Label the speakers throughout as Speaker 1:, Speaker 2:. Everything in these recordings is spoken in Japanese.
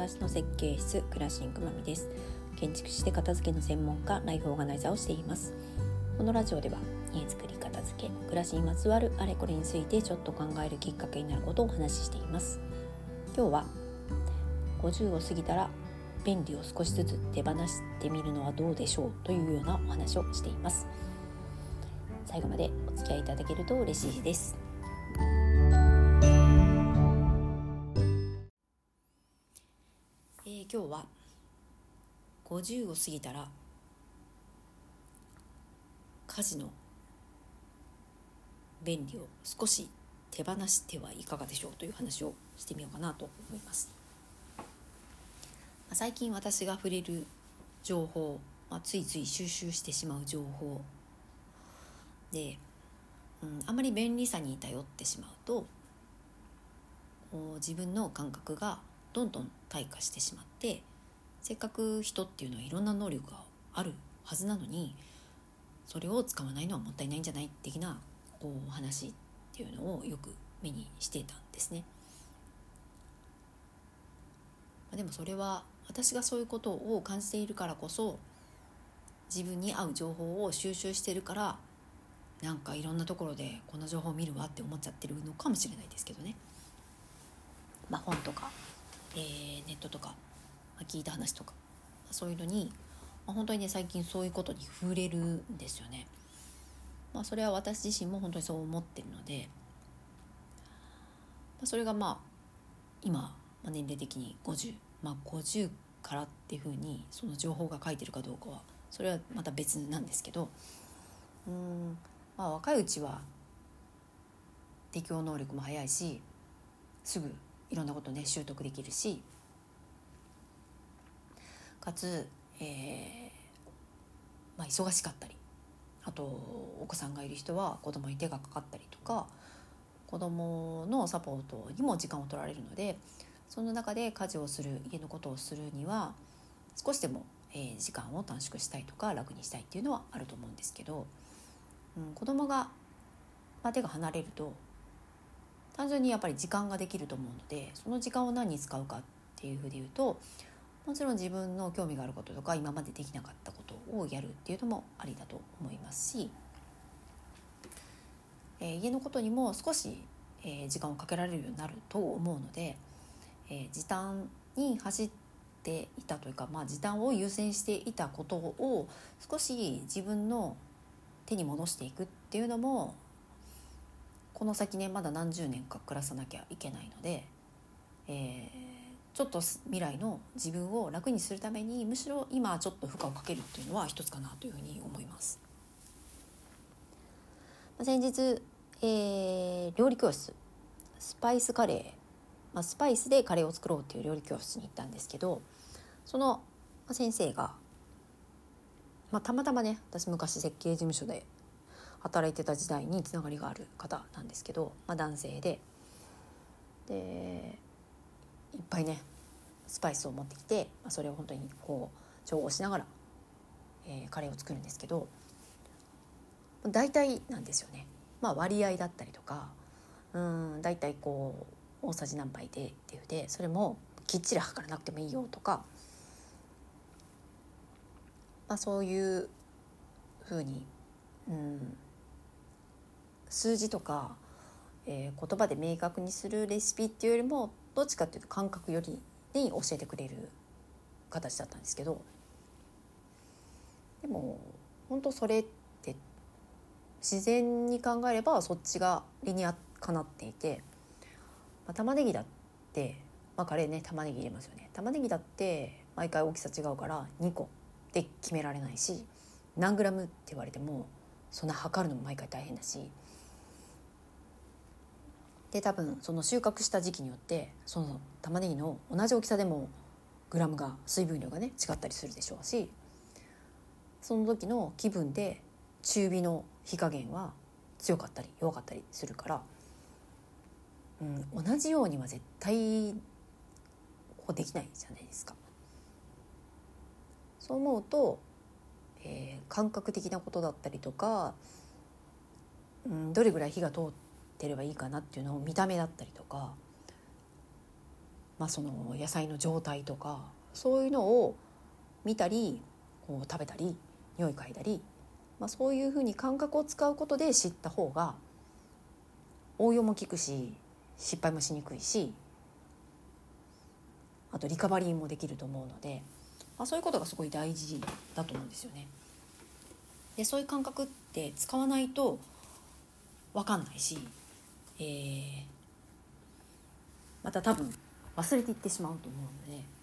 Speaker 1: ラスの設計室クラシンクマミです。建築士で片付けの専門家、ライフオーガナイザーをしています。このラジオでは家づくり、片付け、暮らしにまつわるあれこれについてちょっと考えるきっかけになることをお話ししています。今日は50を過ぎたら便利を少しずつ手放してみるのはどうでしょうというようなお話をしています。最後までお付き合いいただけると嬉しいです。今日は50を過ぎたら家事の便利を少し手放してはいかがでしょうという話をしてみようかなと思います。最近私が触れる情報、ついつい収集してしまう情報で、あまり便利さに頼ってしまうと自分の感覚がどんどん退化してしまって、せっかく人っていうのはいろんな能力があるはずなのにそれを使わないのはもったいないんじゃない的な話っていうのをよく目にしていたんですね。でもそれは私がそういうことを感じているからこそ、自分に合う情報を収集しているから、なんかいろんなところでこの情報を見るわって思っちゃってるのかもしれないですけどね。本とか、ネットとか、聞いた話とか、そういうのに、本当にね最近そういうことに触れるんですよね。それは私自身も本当にそう思ってるので、それが今、年齢的に50からっていうふうにその情報が書いてるかどうかはそれはまた別なんですけど、若いうちは適応能力も早いし、すぐいろんなことね習得できるし、かつ、忙しかったり、あとお子さんがいる人は子供に手がかかったりとか、子供のサポートにも時間を取られるので、その中で家事をする、家のことをするには少しでも、時間を短縮したいとか楽にしたいっていうのはあると思うんですけど、子供が、手が離れると単純にやっぱり時間ができると思うので、その時間を何に使うかっていうふうで言うと、もちろん自分の興味があることとか今までできなかったことをやるっていうのもありだと思いますし、家のことにも少し、時間をかけられるようになると思うので、時短に走っていたというか、時短を優先していたことを少し自分の手に戻していくっていうのも、この先ねまだ何十年か暮らさなきゃいけないので、ちょっと未来の自分を楽にするためにむしろ今ちょっと負荷をかけるっていうのは一つかなというふうに思います。先日、料理教室、スパイスカレー、スパイスでカレーを作ろうっていう料理教室に行ったんですけど、その先生が、たまたまね私昔設計事務所で働いてた時代につながりがある方なんですけど、男性でいっぱいねスパイスを持ってきて、それを本当に調合しながら、カレーを作るんですけど、大体なんですよね。割合だったりとか、大体大さじ何杯でっていうで、それもきっちり測らなくてもいいよとか、そういうふうに、数字とか、言葉で明確にするレシピっていうよりも、どっちかっていうと感覚よりに教えてくれる形だったんですけど、でも本当それって自然に考えればそっちが理にかなっていて、玉ねぎだって、カレーね玉ねぎ入れますよね。玉ねぎだって毎回大きさ違うから2個で決められないし、何グラムって言われてもそんな測るのも毎回大変だし、で多分その収穫した時期によってその玉ねぎの同じ大きさでもグラムが水分量がね違ったりするでしょうし、その時の気分で中火の火加減は強かったり弱かったりするから、同じようには絶対できないじゃないですか。そう思うと、感覚的なことだったりとか、どれぐらい火が通ってればいいかなっていうのを見た目だったりとか、 その野菜の状態とかそういうのを見たりこう食べたり匂い嗅いだり、そういうふうに感覚を使うことで知った方が応用も効くし失敗もしにくいし、あとリカバリーもできると思うので、そういうことがすごい大事だと思うんですよね。でそういう感覚って使わないと分かんないし、また多分忘れていってしまうと思うので、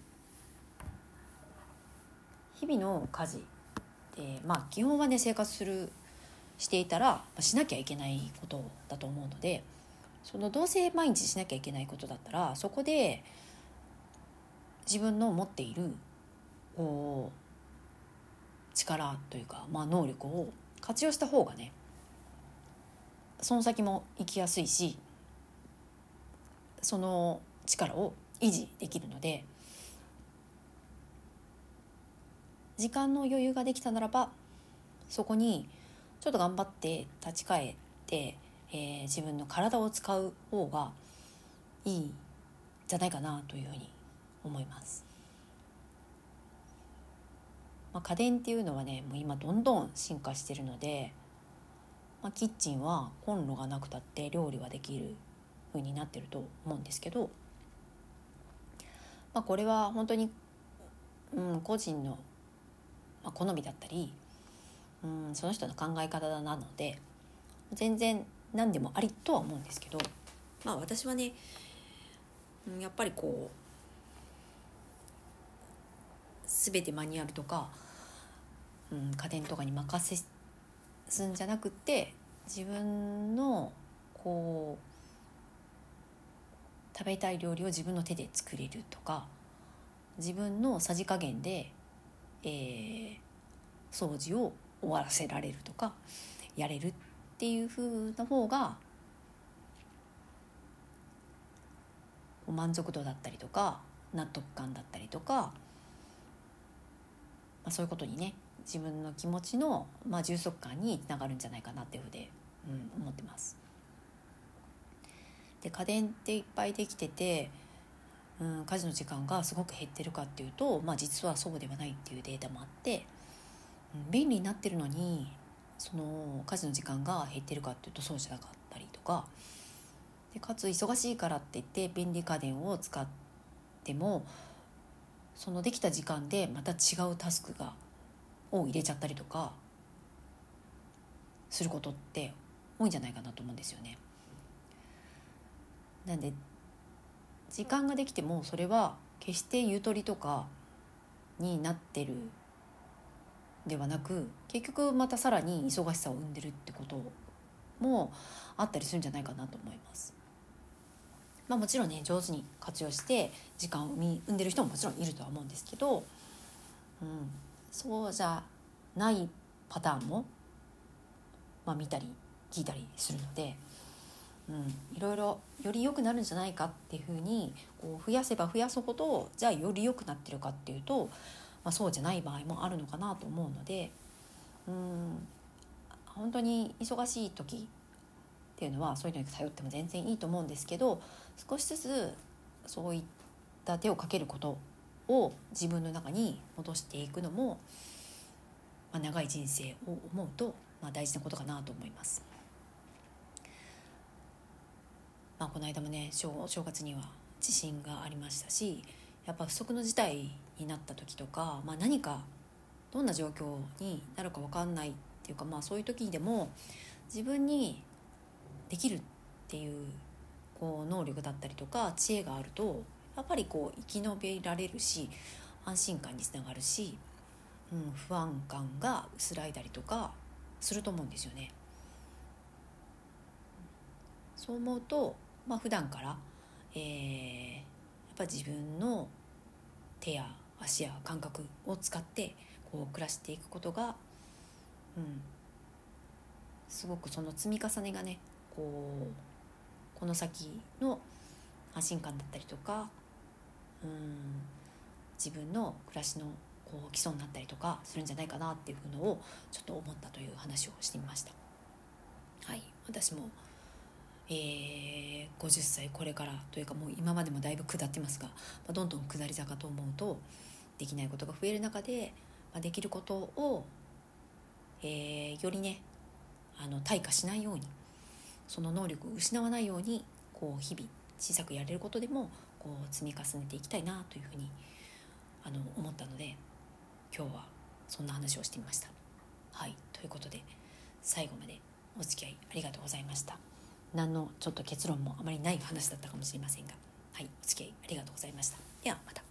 Speaker 1: 日々の家事で、基本はね生活していたらしなきゃいけないことだと思うので、そのどうせ毎日しなきゃいけないことだったらそこで自分の持っているこう力というか、能力を活用した方がねその先も生きやすいし、その力を維持できるので、時間の余裕ができたならばそこにちょっと頑張って立ち返って、自分の体を使う方がいいんじゃないかなというふうに思います。家電っていうのはねもう今どんどん進化しているので、キッチンはコンロがなくたって料理はできる風になってると思うんですけど、これは本当に、個人の、好みだったり、その人の考え方なので全然何でもありとは思うんですけど、私はねやっぱりこう全てマニュアルとか、家電とかに任すんじゃなくって自分のこう食べたい料理を自分の手で作れるとか、自分のさじ加減で、掃除を終わらせられるとかやれるっていう風な方が満足度だったりとか納得感だったりとか、そういうことにね自分の気持ちの、充足感につながるんじゃないかなっていうふうで、思ってます。で家電っていっぱいできてて、家事の時間がすごく減ってるかっていうと、実はそうではないっていうデータもあって、便利になってるのにその家事の時間が減ってるかっていうとそうじゃなかったりとかで、かつ忙しいからって言って便利家電を使ってもそのできた時間でまた違うタスクを入れちゃったりとかすることって多いんじゃないかなと思うんですよね。なんで時間ができてもそれは決してゆとりとかになってるではなく、結局またさらに忙しさを生んでるってこともあったりするんじゃないかなと思います。もちろんね上手に活用して時間を生んでる人ももちろんいるとは思うんですけど、そうじゃないパターンも、見たり聞いたりするので、いろいろより良くなるんじゃないかっていうふうにこう増やせば増やすほどじゃあより良くなってるかっていうと、そうじゃない場合もあるのかなと思うので、本当に忙しい時っていうのはそういうのに頼っても全然いいと思うんですけど、少しずつそういった手をかけることを自分の中に戻していくのも、長い人生を思うと、大事なことかなと思います。この間もね正月には地震がありましたし、やっぱ不測の事態になった時とか、何かどんな状況になるか分かんないっていうか、そういう時にでも自分にできるっていうこう能力だったりとか知恵があるとやっぱりこう生き延びられるし安心感につながるし、不安感が薄らいだりとかすると思うんですよね。そう思うと、普段から、やっぱ自分の手や足や感覚を使ってこう暮らしていくことが、すごくその積み重ねがねこの先の安心感だったりとか、自分の暮らしの基礎になったりとかするんじゃないかなっていうのをちょっと思ったという話をしてみました。はい、私も、 50歳これからというかもう今までもだいぶ下ってますが、どんどん下り坂と思うとできないことが増える中で、できることを、よりね退化しないように、その能力を失わないように日々小さくやれることでも積み重ねていきたいなというふうに思ったので、今日はそんな話をしてみました。はい、ということで最後までお付き合いありがとうございました。何のちょっと結論もあまりない話だったかもしれませんが、はい、お付き合いありがとうございました。ではまた。